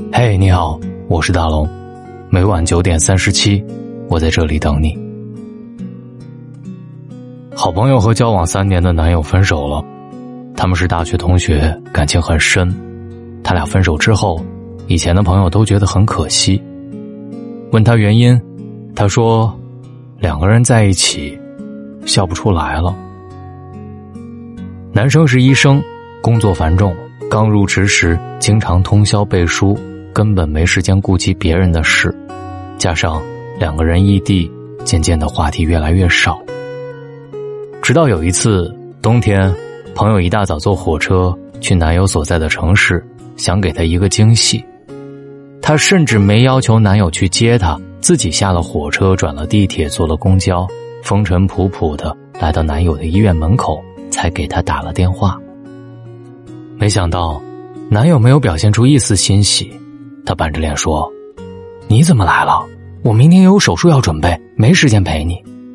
嘿，你好，我是大龙，每晚9点37，我在这里等你。好朋友和交往3年的男友分手了，他们是大学同学，感情很深。他俩分手之后，以前的朋友都觉得很可惜。问他原因，他说2个人在一起笑不出来了。男生是医生，工作繁重，刚入职时经常通宵背书，根本没时间顾及别人的事，加上2个人异地，渐渐的话题越来越少。直到有一次冬天，朋友一大早坐火车去男友所在的城市，想给他一个惊喜。他甚至没要求男友去接他，自己下了火车，转了地铁，坐了公交，风尘仆仆的来到男友的医院门口，才给他打了电话。没想到男友没有表现出一丝欣喜，他板着脸说：你怎么来了？我明天有手术要准备，没时间陪你。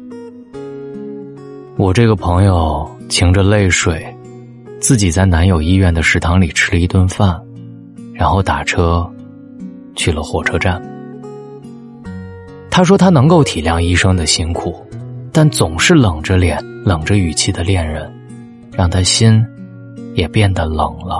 我这个朋友噙着泪水，自己在男友医院的食堂里吃了一顿饭，然后打车去了火车站。他说他能够体谅医生的辛苦，但总是冷着脸冷着语气的恋人，让他心也变得冷了。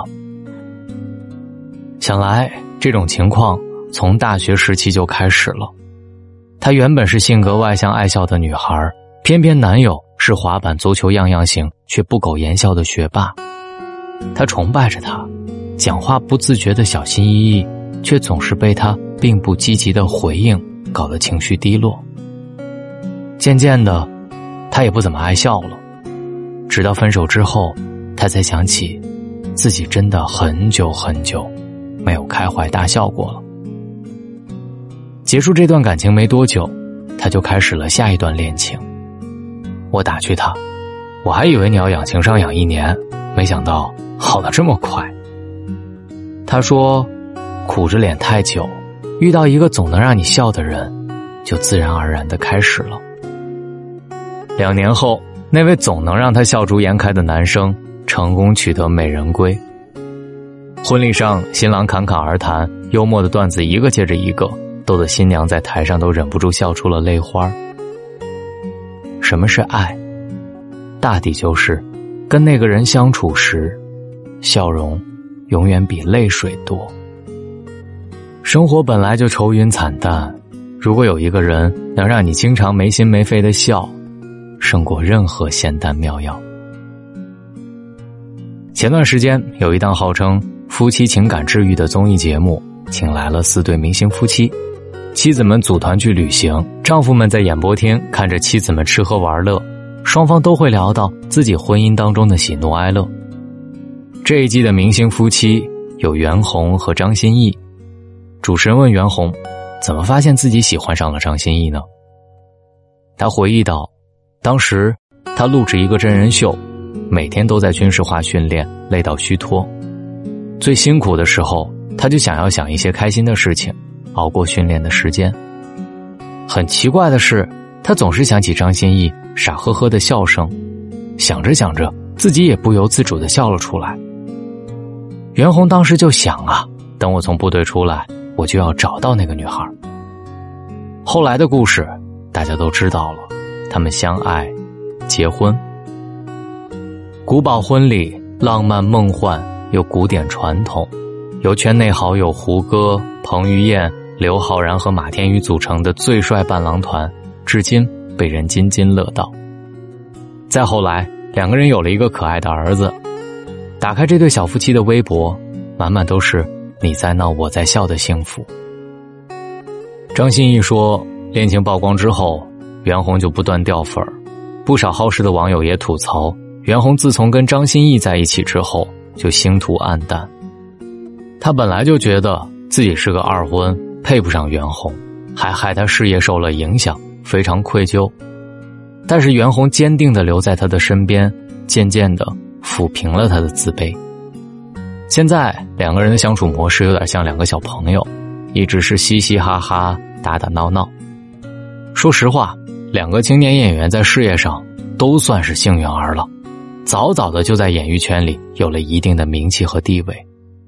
想来这种情况从大学时期就开始了。她原本是性格外向爱笑的女孩，偏偏男友是滑板足球样样行却不苟言笑的学霸。她崇拜着他，讲话不自觉的小心翼翼，却总是被他并不积极的回应搞得情绪低落。渐渐的，他也不怎么爱笑了。直到分手之后，他才想起自己真的很久很久没有开怀大笑过了。结束这段感情没多久，他就开始了下一段恋情。我打趣他，我还以为你要养情伤养1年，没想到好得这么快。他说苦着脸太久，遇到一个总能让你笑的人，就自然而然地开始了。2年后，那位总能让他笑逐颜开的男生成功取得美人归。婚礼上，新郎侃侃而谈，幽默的段子一个接着一个，逗得新娘在台上都忍不住笑出了泪花。什么是爱？大抵就是跟那个人相处时，笑容永远比泪水多。生活本来就愁云惨淡，如果有一个人能让你经常没心没肺的笑，胜过任何仙丹妙药。前段时间有一档号称夫妻情感治愈的综艺节目，请来了4对明星夫妻，妻子们组团去旅行，丈夫们在演播厅看着妻子们吃喝玩乐，双方都会聊到自己婚姻当中的喜怒哀乐。这一季的明星夫妻有袁弘和张歆艺。主持人问袁弘，怎么发现自己喜欢上了张歆艺呢？他回忆道，当时他录制一个真人秀，每天都在军事化训练，累到虚脱。最辛苦的时候，他就想要想一些开心的事情，熬过训练的时间。很奇怪的是，他总是想起张歆艺傻呵呵的笑声，想着想着，自己也不由自主地笑了出来。袁弘当时就想啊，等我从部队出来，我就要找到那个女孩。后来的故事大家都知道了，他们相爱结婚。古堡婚礼浪漫梦幻又古典传统，由圈内好友胡歌、彭于晏、刘昊然和马天宇组成的最帅伴郎团，至今被人津津乐道。再后来2个人有了一个可爱的儿子。打开这对小夫妻的微博，满满都是你在闹我在笑的幸福。张歆艺说，恋情曝光之后，袁弘就不断掉粉儿，不少好事的网友也吐槽，袁弘自从跟张歆艺在一起之后，就星途黯淡。他本来就觉得自己是个二婚，配不上袁弘，还害他事业受了影响，非常愧疚。但是袁弘坚定地留在他的身边，渐渐地抚平了他的自卑。现在2个人的相处模式有点像2个小朋友，一直是嘻嘻哈哈打打闹闹。说实话，2个青年演员在事业上都算是幸运儿了，早早的就在演艺圈里有了一定的名气和地位。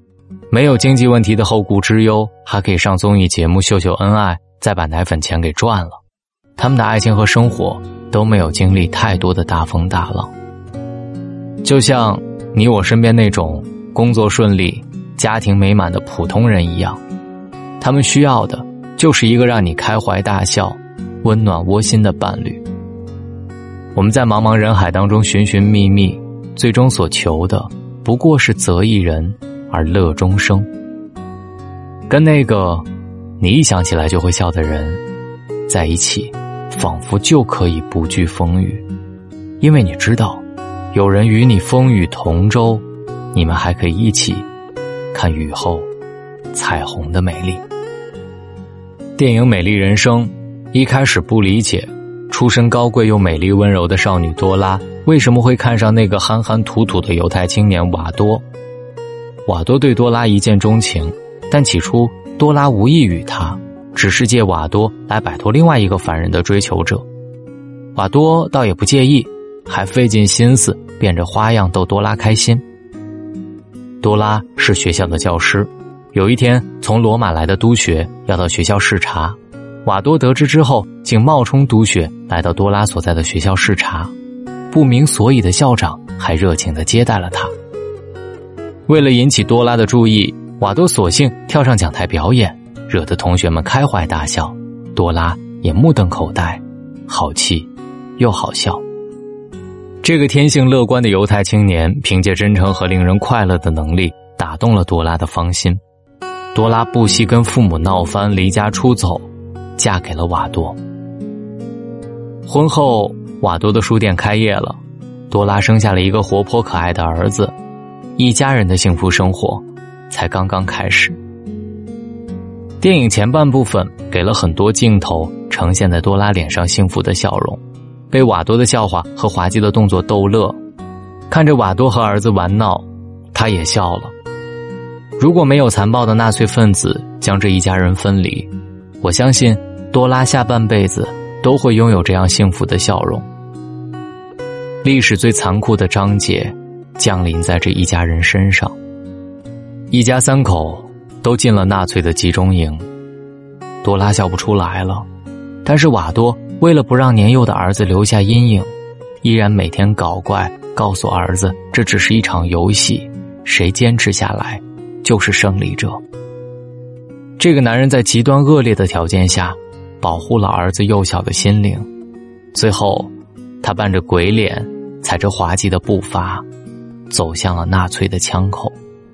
没有经济问题的后顾之忧，还可以上综艺节目秀秀恩爱，再把奶粉钱给赚了。他们的爱情和生活都没有经历太多的大风大浪。就像你我身边那种工作顺利、家庭美满的普通人一样，他们需要的就是一个让你开怀大笑、温暖窝心的伴侣。我们在茫茫人海当中寻寻觅觅，最终所求的不过是择一人而乐终生。跟那个你一想起来就会笑的人在一起，仿佛就可以不惧风雨，因为你知道有人与你风雨同舟，你们还可以一起看雨后彩虹的美丽。电影《美丽人生》一开始不理解出身高贵又美丽温柔的少女多拉为什么会看上那个憨憨土土的犹太青年瓦多。瓦多对多拉一见钟情，但起初多拉无意与他，只是借瓦多来摆脱另外一个凡人的追求者。瓦多倒也不介意，还费尽心思变着花样逗多拉开心。多拉是学校的教师，有一天从罗马来的督学要到学校视察，瓦多得知之后竟冒充督学来到多拉所在的学校视察，不明所以的校长还热情地接待了他。为了引起多拉的注意，瓦多索性跳上讲台表演，惹得同学们开怀大笑，多拉也目瞪口呆，好气又好笑。这个天性乐观的犹太青年凭借真诚和令人快乐的能力打动了多拉的芳心。多拉不惜跟父母闹翻，离家出走，嫁给了瓦多。婚后，瓦多的书店开业了，多拉生下了一个活泼可爱的儿子，一家人的幸福生活才刚刚开始。电影前半部分给了很多镜头呈现在多拉脸上幸福的笑容，被瓦多的笑话和滑稽的动作逗乐，看着瓦多和儿子玩闹，他也笑了。如果没有残暴的纳粹分子将这一家人分离，我相信多拉下半辈子都会拥有这样幸福的笑容。历史最残酷的章节降临在这一家人身上，一家三口都进了纳粹的集中营。多拉笑不出来了，但是瓦多为了不让年幼的儿子留下阴影，依然每天搞怪，告诉儿子这只是一场游戏，谁坚持下来就是胜利者。这个男人在极端恶劣的条件下保护了儿子幼小的心灵，最后他扮着鬼脸，踩着滑稽的步伐走向了纳粹的枪口。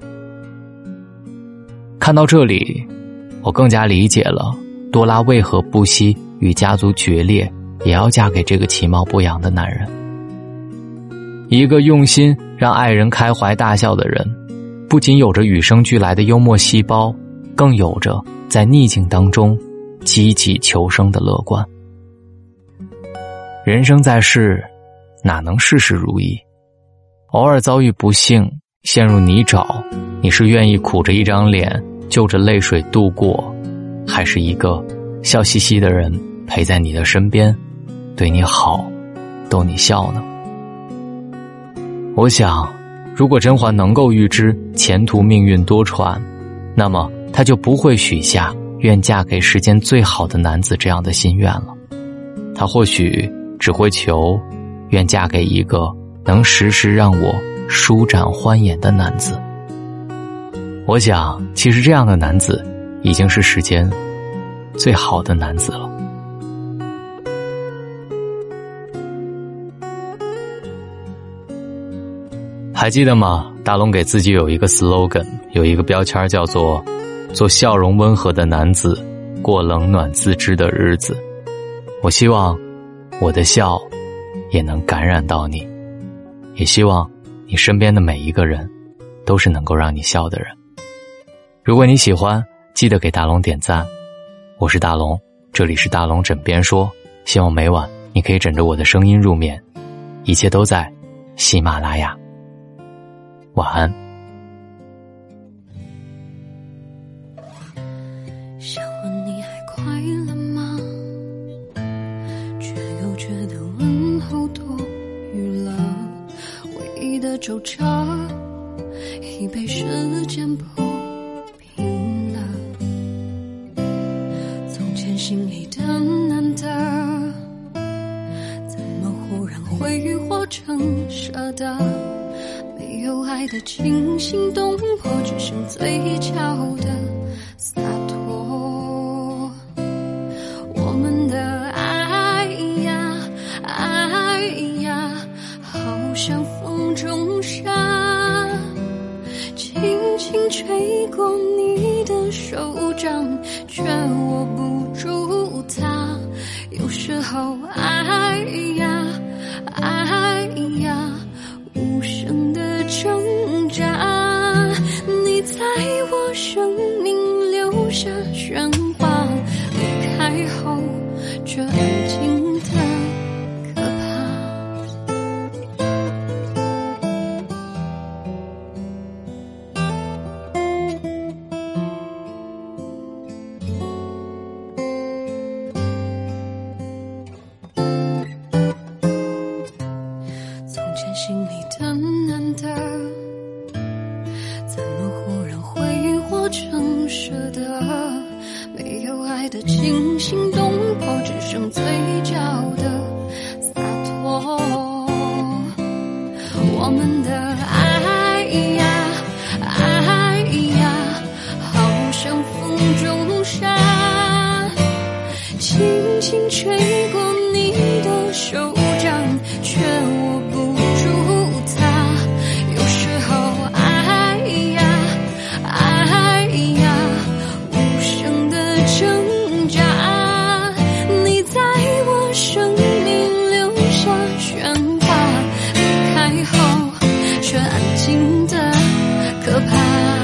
看到这里，我更加理解了多拉为何不惜与家族决裂，也要嫁给这个其貌不扬的男人。一个用心让爱人开怀大笑的人，不仅有着与生俱来的幽默细胞，更有着在逆境当中积极求生的乐观。人生在世，哪能事事如意？偶尔遭遇不幸，陷入泥沼，你是愿意苦着一张脸，就着泪水度过，还是一个笑嘻嘻的人陪在你的身边，对你好，逗你笑呢？我想，如果甄嬛能够预知前途命运多舛，那么她就不会许下愿嫁给世间最好的男子这样的心愿了。她或许只会求愿嫁给一个能时时让我舒展欢颜的男子。我想，其实这样的男子已经是世间最好的男子了。还记得吗？大龙给自己有一个 slogan， 有一个标签叫做做笑容温和的男子，过冷暖自知的日子。我希望我的笑也能感染到你，也希望你身边的每一个人都是能够让你笑的人。如果你喜欢，记得给大龙点赞。我是大龙，这里是大龙枕边说，希望每晚你可以枕着我的声音入眠。一切都在喜马拉雅。晚安。 想问你还快乐吗？却又觉得问候多余了。唯一的惆怅，已被时间铺成舍得，没有爱的惊心动魄，只剩嘴角的洒脱。我们的爱呀爱呀，好像风中沙，轻轻吹过你的手掌，却握不住它。有时候爱呀爱呀，无声的挣扎，你在我生命留下喧哗，离开后却安静的可心里的难得，怎么忽然挥霍成舍得？没有爱的惊心动魄，只剩嘴角的洒脱。我们的爱呀爱呀，好像风中沙，轻轻吹过你的手掌，却握不可怕，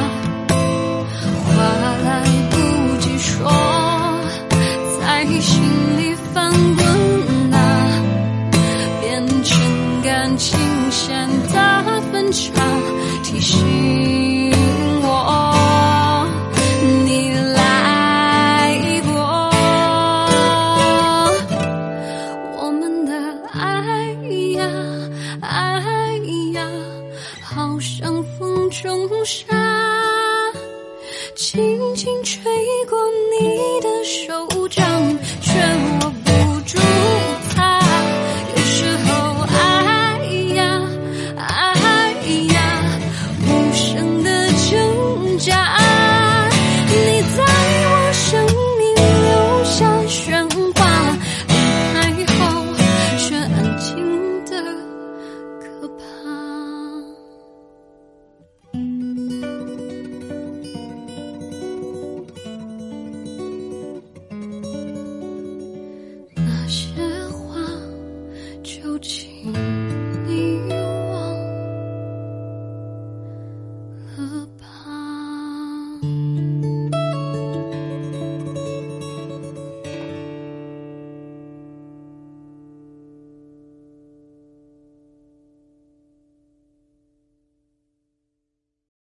话来不及说，在心里翻滚啊，变成感情线的分岔，提醒我你来过。我们的爱呀爱呀，好像风中沙，轻轻吹过你的手掌。